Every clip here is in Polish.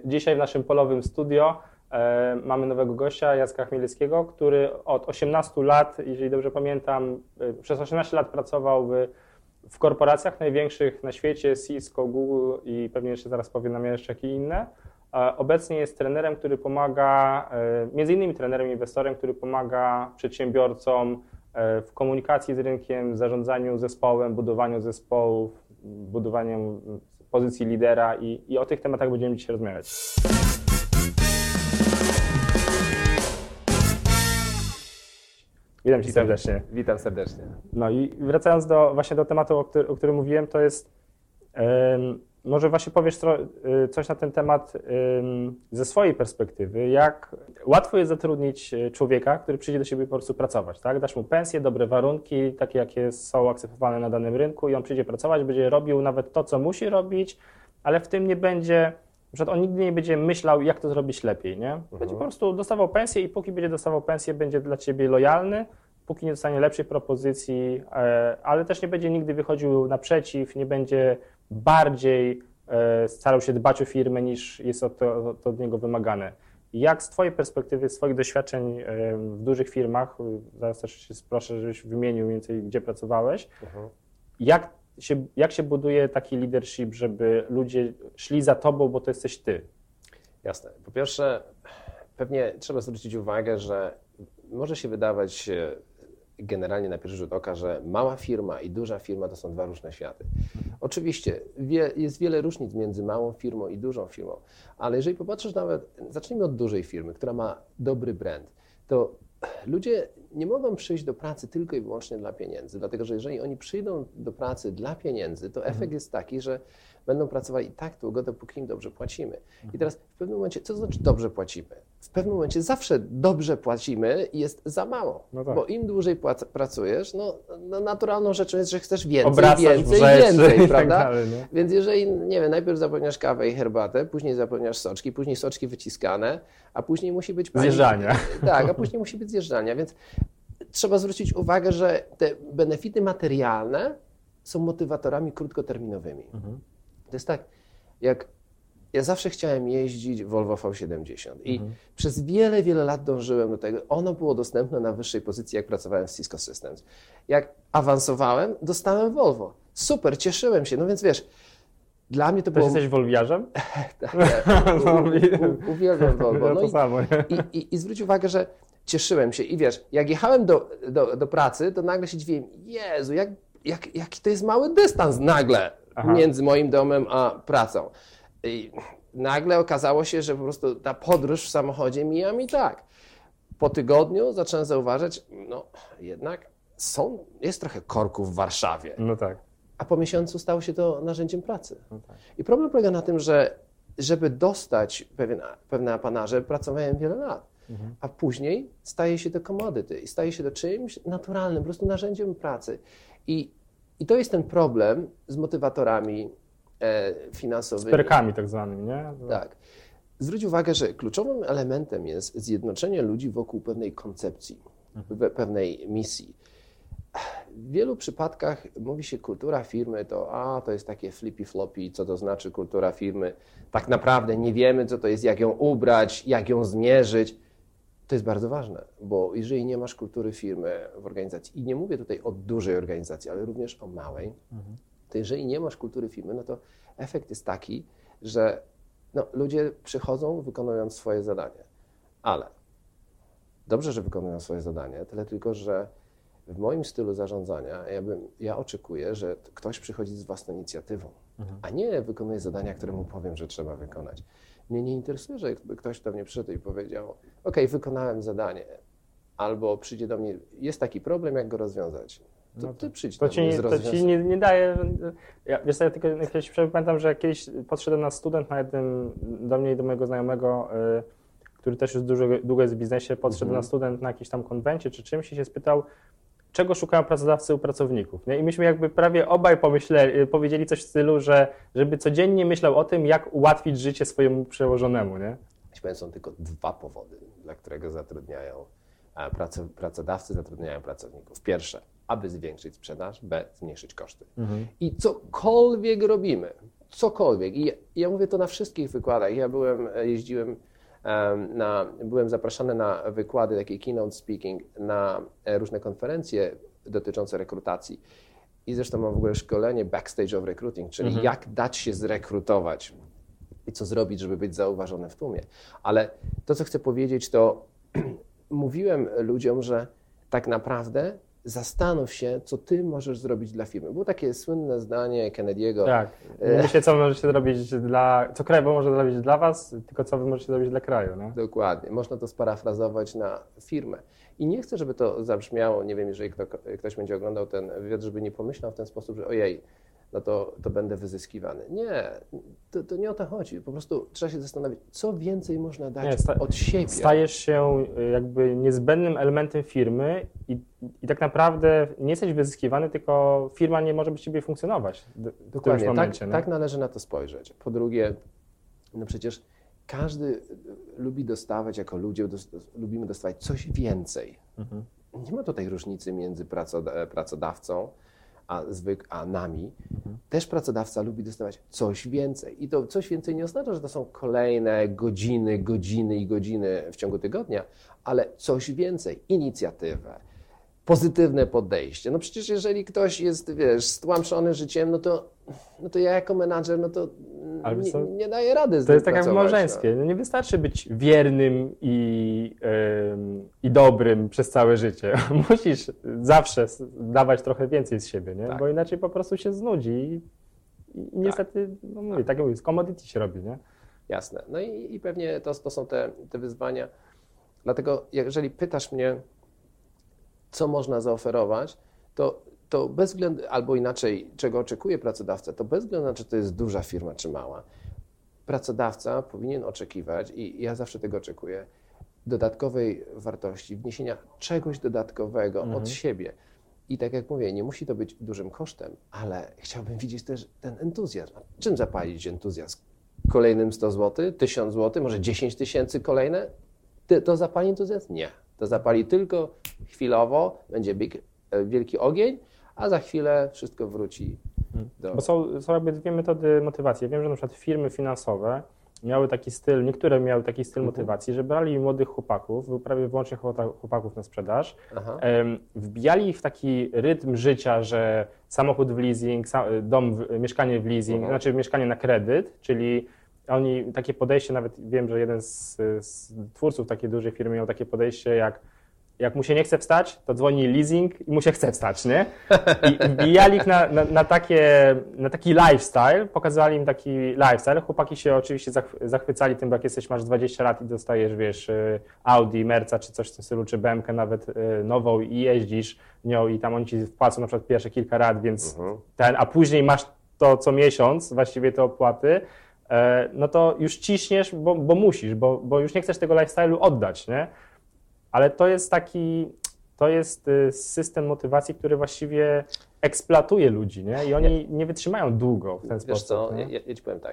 dzisiaj w naszym polowym studio mamy nowego gościa, Jacka Chmielewskiego, który od 18 lat, jeżeli dobrze pamiętam, przez 18 lat pracował w korporacjach największych na świecie, Cisco, Google i pewnie jeszcze zaraz powie nam jeszcze jakie inne. Obecnie jest trenerem, który pomaga, między innymi trenerem, inwestorem, który pomaga przedsiębiorcom w komunikacji z rynkiem, w zarządzaniu zespołem, budowaniu zespołów, budowaniu pozycji lidera i o tych tematach będziemy dzisiaj rozmawiać. Witam Cię serdecznie. Witam serdecznie. No i wracając właśnie do tematu, o którym mówiłem, to jest, może właśnie powiesz coś na ten temat ze swojej perspektywy, jak łatwo jest zatrudnić człowieka, który przyjdzie do siebie po prostu pracować, tak? Dasz mu pensję, dobre warunki, takie jakie są akceptowane na danym rynku i on przyjdzie pracować, będzie robił nawet to, co musi robić, ale w tym nie będzie, na przykład on nigdy nie będzie myślał, jak to zrobić lepiej, nie? Będzie po prostu dostawał pensję i póki będzie dostawał pensję, będzie dla ciebie lojalny, póki nie dostanie lepszej propozycji, ale też nie będzie nigdy wychodził naprzeciw, nie będzie bardziej starał się dbać o firmę niż jest to od niego wymagane. Jak z Twojej perspektywy, z Twoich doświadczeń w dużych firmach, zaraz też się proszę, żebyś wymienił mniej więcej, gdzie pracowałeś, jak się buduje taki leadership, żeby ludzie szli za Tobą, bo to jesteś Ty? Jasne. Po pierwsze, pewnie trzeba zwrócić uwagę, że może się wydawać generalnie na pierwszy rzut oka, że mała firma i duża firma to są dwa różne światy. Oczywiście jest wiele różnic między małą firmą i dużą firmą, ale jeżeli popatrzysz nawet, zacznijmy od dużej firmy, która ma dobry brand, to ludzie nie mogą przyjść do pracy tylko i wyłącznie dla pieniędzy, dlatego że jeżeli oni przyjdą do pracy dla pieniędzy, to efekt jest taki, że będą pracowali tak długo, dopóki im dobrze płacimy. I teraz w pewnym momencie, co to znaczy dobrze płacimy? W pewnym momencie zawsze dobrze płacimy i jest za mało, no tak. Bo im dłużej pracujesz, no naturalną rzeczą jest, że chcesz więcej, prawda? Tak dalej, Więc jeżeli, nie wiem, najpierw zapewniasz kawę i herbatę, później zapewniasz soczki, później soczki wyciskane, a później musi być zjeżdżania. Tak, a później musi być zjeżdżania, więc trzeba zwrócić uwagę, że te benefity materialne są motywatorami krótkoterminowymi. To jest tak, jak ja zawsze chciałem jeździć Volvo V70 i przez wiele, wiele lat dążyłem do tego. Ono było dostępne na wyższej pozycji, jak pracowałem w Cisco Systems. Jak awansowałem, dostałem Volvo. Super, cieszyłem się. No więc wiesz, dla mnie to było... Jesteś wolwiarzem? Tak, uwielbiam Volvo. No to samo. I zwróć uwagę, że cieszyłem się. I wiesz, jak jechałem do pracy, to nagle się dziwiłem, Jezu, jaki to jest mały dystans nagle między moim domem a pracą. I nagle okazało się, że po prostu ta podróż w samochodzie mija mi tak. Po tygodniu zacząłem zauważać, no jednak jest trochę korków w Warszawie. No tak. A po miesiącu stało się to narzędziem pracy. No tak. I problem polega na tym, że żeby dostać pewne apanaże, pracowałem wiele lat. A później staje się to commodity i staje się to czymś naturalnym, po prostu narzędziem pracy. I to jest ten problem z motywatorami finansowymi. Z perkami tak zwanymi, nie? Tak. Zwróć uwagę, że kluczowym elementem jest zjednoczenie ludzi wokół pewnej koncepcji, pewnej misji. W wielu przypadkach mówi się kultura firmy, to jest takie flippy-floppy, co to znaczy kultura firmy. Tak naprawdę nie wiemy, co to jest, jak ją ubrać, jak ją zmierzyć. To jest bardzo ważne, bo jeżeli nie masz kultury firmy w organizacji, i nie mówię tutaj o dużej organizacji, ale również o małej, to jeżeli nie masz kultury firmy, no to efekt jest taki, że ludzie przychodzą wykonując swoje zadanie. Ale dobrze, że wykonują swoje zadanie, tyle tylko, że w moim stylu zarządzania ja oczekuję, że ktoś przychodzi z własną inicjatywą, a nie wykonuje zadania, które mu powiem, że trzeba wykonać. Mnie nie interesuje, że ktoś do mnie przyszedł i powiedział, wykonałem zadanie, albo przyjdzie do mnie, jest taki problem, jak go rozwiązać. To ty przyjdź do mnie z rozwiązaniem. To ci nie daje... Wiesz co, ja tylko kiedyś pamiętam, że kiedyś podszedł nas student do mnie i do mojego znajomego, który też już długo jest w biznesie, podszedł na student na jakiejś tam konwencie czy czymś i się spytał, czego szukają pracodawcy u pracowników. Nie? I myśmy jakby prawie obaj powiedzieli coś w stylu, że żeby codziennie myślał o tym, jak ułatwić życie swojemu przełożonemu. Nie? Są tylko dwa powody, dla którego pracodawcy zatrudniają pracowników. Pierwsze, aby zwiększyć sprzedaż, B, zmniejszyć koszty. I cokolwiek robimy, cokolwiek. I ja mówię to na wszystkich wykładach. Ja byłem zapraszany na wykłady, takie keynote speaking, na różne konferencje dotyczące rekrutacji. I zresztą mam w ogóle szkolenie Backstage of Recruiting, czyli jak dać się zrekrutować i co zrobić, żeby być zauważony w tłumie. Ale to, co chcę powiedzieć, to mówiłem ludziom, że tak naprawdę zastanów się, co ty możesz zrobić dla firmy. Było takie słynne zdanie Kennedy'ego. Tak. Nie myślcie, co możecie zrobić co kraj może zrobić dla was, tylko co wy możecie zrobić dla kraju. No? Dokładnie. Można to sparafrazować na firmę. I nie chcę, żeby to zabrzmiało, nie wiem, jeżeli ktoś będzie oglądał ten wywiad, żeby nie pomyślał w ten sposób, że ojej, no to będę wyzyskiwany. Nie, to nie o to chodzi. Po prostu trzeba się zastanowić, co więcej można dać od siebie. Stajesz się jakby niezbędnym elementem firmy i tak naprawdę nie jesteś wyzyskiwany, tylko firma nie może bez ciebie funkcjonować w którymś momencie. Tak należy na to spojrzeć. Po drugie, no przecież każdy lubi dostawać, jako ludzie lubimy dostawać coś więcej. Nie ma tutaj różnicy między pracodawcą a nami. Też pracodawca lubi dostawać coś więcej. I to coś więcej nie oznacza, że to są kolejne godziny i godziny w ciągu tygodnia, ale coś więcej. Inicjatywę, pozytywne podejście. No przecież jeżeli ktoś jest, stłamszony życiem, no to ja jako menadżer, no to nie daję rady z to nim jest tak jak w małżeństwie. No nie wystarczy być wiernym i dobrym przez całe życie. Musisz zawsze dawać trochę więcej z siebie, nie? Tak. Bo inaczej po prostu się znudzi i niestety, no mówię, tak jak mówię, z commodity się robi, nie? Jasne. No i pewnie to są te wyzwania. Dlatego jeżeli pytasz mnie, co można zaoferować, to bez względu, albo inaczej, czego oczekuje pracodawca, to bez względu na to, czy to jest duża firma, czy mała, pracodawca powinien oczekiwać, i ja zawsze tego oczekuję, dodatkowej wartości, wniesienia czegoś dodatkowego od siebie. I tak jak mówię, nie musi to być dużym kosztem, ale chciałbym widzieć też ten entuzjazm. Czym zapalić entuzjazm? Kolejnym 100 zł, 1000 zł, może 10 000 kolejne? To zapali entuzjazm? Nie. To zapali tylko chwilowo, będzie wielki ogień, a za chwilę wszystko wróci do... Bo są jakby dwie metody motywacji. Ja wiem, że na przykład firmy finansowe miały taki styl, niektóre miały taki styl motywacji, że brali młodych chłopaków, był prawie wyłącznie chłopaków na sprzedaż, wbijali ich w taki rytm życia, że samochód w leasing, mieszkanie w leasing, znaczy mieszkanie na kredyt, czyli oni takie podejście, nawet wiem, że jeden z twórców takiej dużej firmy miał takie podejście, jak mu się nie chce wstać, to dzwoni leasing i mu się chce wstać, nie? I wbijali ich na taki lifestyle, pokazywali im taki lifestyle. Chłopaki się oczywiście zachwycali tym, bo jak masz 20 lat i dostajesz, wiesz, Audi, Merca czy coś w tym stylu, czy BMW nawet nową i jeździsz nią i tam oni ci wpłacą na przykład pierwsze kilka rat, więc a później masz to co miesiąc, właściwie te opłaty, no to już ciśniesz, bo musisz, bo już nie chcesz tego lifestyle'u oddać, nie? Ale to jest system motywacji, który właściwie eksploatuje ludzi, nie? I oni nie wytrzymają długo w ten sposób. Wiesz co, ja ci powiem tak,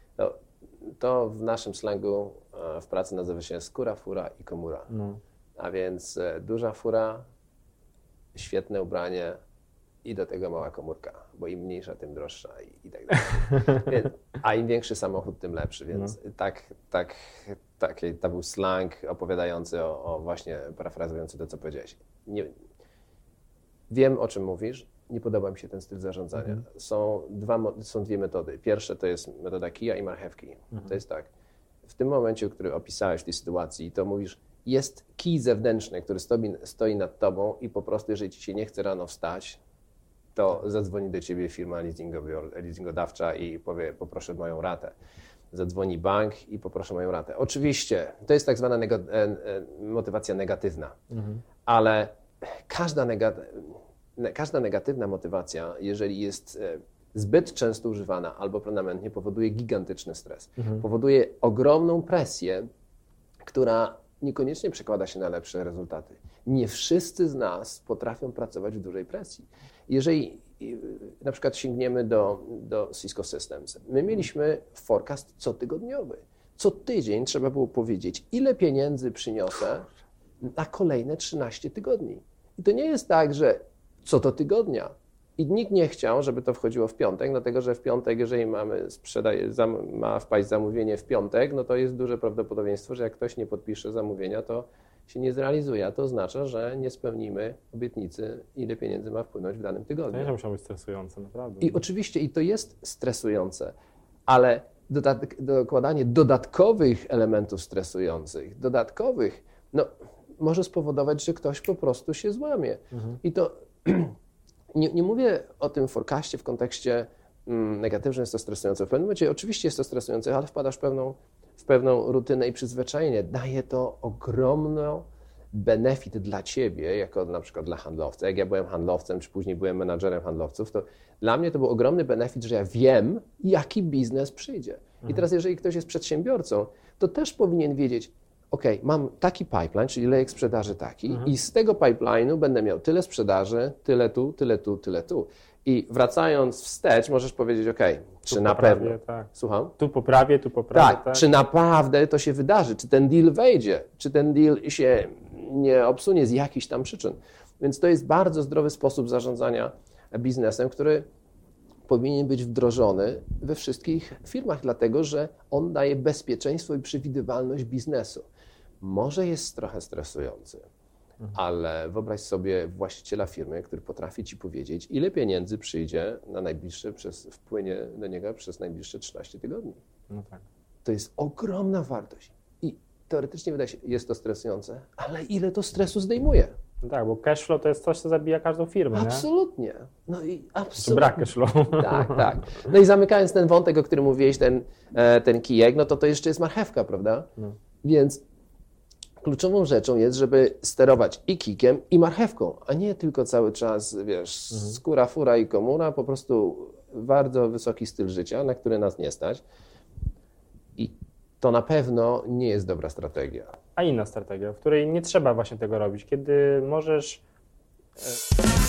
to w naszym slangu w pracy nazywa się skóra, fura i komura. A więc duża fura, świetne ubranie i do tego mała komórka, bo im mniejsza, tym droższa i tak dalej. A im większy samochód, tym lepszy, więc to był slang opowiadający o właśnie, parafrazujący to, co powiedziałeś. Wiem, o czym mówisz, nie podoba mi się ten styl zarządzania. Są dwie metody. Pierwsze to jest metoda kija i marchewki. To jest tak, w tym momencie, który opisałeś w tej sytuacji, to mówisz, jest kij zewnętrzny, który stoi nad tobą i po prostu, jeżeli ci się nie chce rano wstać, to zadzwoni do ciebie firma leasingodawcza i powie, poproszę moją ratę. Zadzwoni bank i poproszę moją ratę. Oczywiście, to jest tak zwana motywacja negatywna, ale każda negatywna motywacja, jeżeli jest zbyt często używana albo permanentnie, powoduje gigantyczny stres. Powoduje ogromną presję, która niekoniecznie przekłada się na lepsze rezultaty. Nie wszyscy z nas potrafią pracować w dużej presji. Jeżeli na przykład sięgniemy do Cisco Systems, my mieliśmy forecast cotygodniowy. Co tydzień trzeba było powiedzieć, ile pieniędzy przyniosę na kolejne 13 tygodni. I to nie jest tak, że co do tygodnia, I nikt nie chciał, żeby to wchodziło w piątek, dlatego że w piątek, jeżeli ma wpaść zamówienie w piątek, no to jest duże prawdopodobieństwo, że jak ktoś nie podpisze zamówienia, to się nie zrealizuje, a to oznacza, że nie spełnimy obietnicy, ile pieniędzy ma wpłynąć w danym tygodniu. To musiało być stresujące, naprawdę. I oczywiście, i to jest stresujące, ale dokładanie dodatkowych elementów stresujących, no, może spowodować, że ktoś po prostu się złamie. I to nie mówię o tym forecaście w kontekście negatywnym, że jest to stresujące. W pewnym momencie oczywiście jest to stresujące, ale wpadasz w pewną rutynę i przyzwyczajenie. Daje to ogromny benefit dla ciebie, jako na przykład dla handlowca. Jak ja byłem handlowcem, czy później byłem menadżerem handlowców, to dla mnie to był ogromny benefit, że ja wiem, jaki biznes przyjdzie. I teraz jeżeli ktoś jest przedsiębiorcą, to też powinien wiedzieć, mam taki pipeline, czyli lejek sprzedaży taki i z tego pipeline'u będę miał tyle sprzedaży, tyle tu, tyle tu, tyle tu. I wracając wstecz, możesz powiedzieć, czy na pewno. Tak. Słucham? Tu poprawię. Tak. Czy naprawdę to się wydarzy, czy ten deal wejdzie, czy ten deal się nie obsunie z jakichś tam przyczyn. Więc to jest bardzo zdrowy sposób zarządzania biznesem, który powinien być wdrożony we wszystkich firmach, dlatego że on daje bezpieczeństwo i przewidywalność biznesu. Może jest trochę stresujący, ale wyobraź sobie właściciela firmy, który potrafi ci powiedzieć, ile pieniędzy przyjdzie wpłynie do niego przez najbliższe 13 tygodni. No tak. To jest ogromna wartość. I teoretycznie wydaje się, jest to stresujące, ale ile to stresu zdejmuje? No tak, bo cashflow to jest coś, co zabija każdą firmę, absolutnie. nie? No i absolutnie. Czy brak cashflow. Tak. No i zamykając ten wątek, o którym mówiłeś, ten kijek, no to jeszcze jest marchewka, prawda? No. Więc kluczową rzeczą jest, żeby sterować i kikiem, i marchewką, a nie tylko cały czas, skóra, fura i komura, po prostu bardzo wysoki styl życia, na który nas nie stać. I to na pewno nie jest dobra strategia. A inna strategia, w której nie trzeba właśnie tego robić, kiedy możesz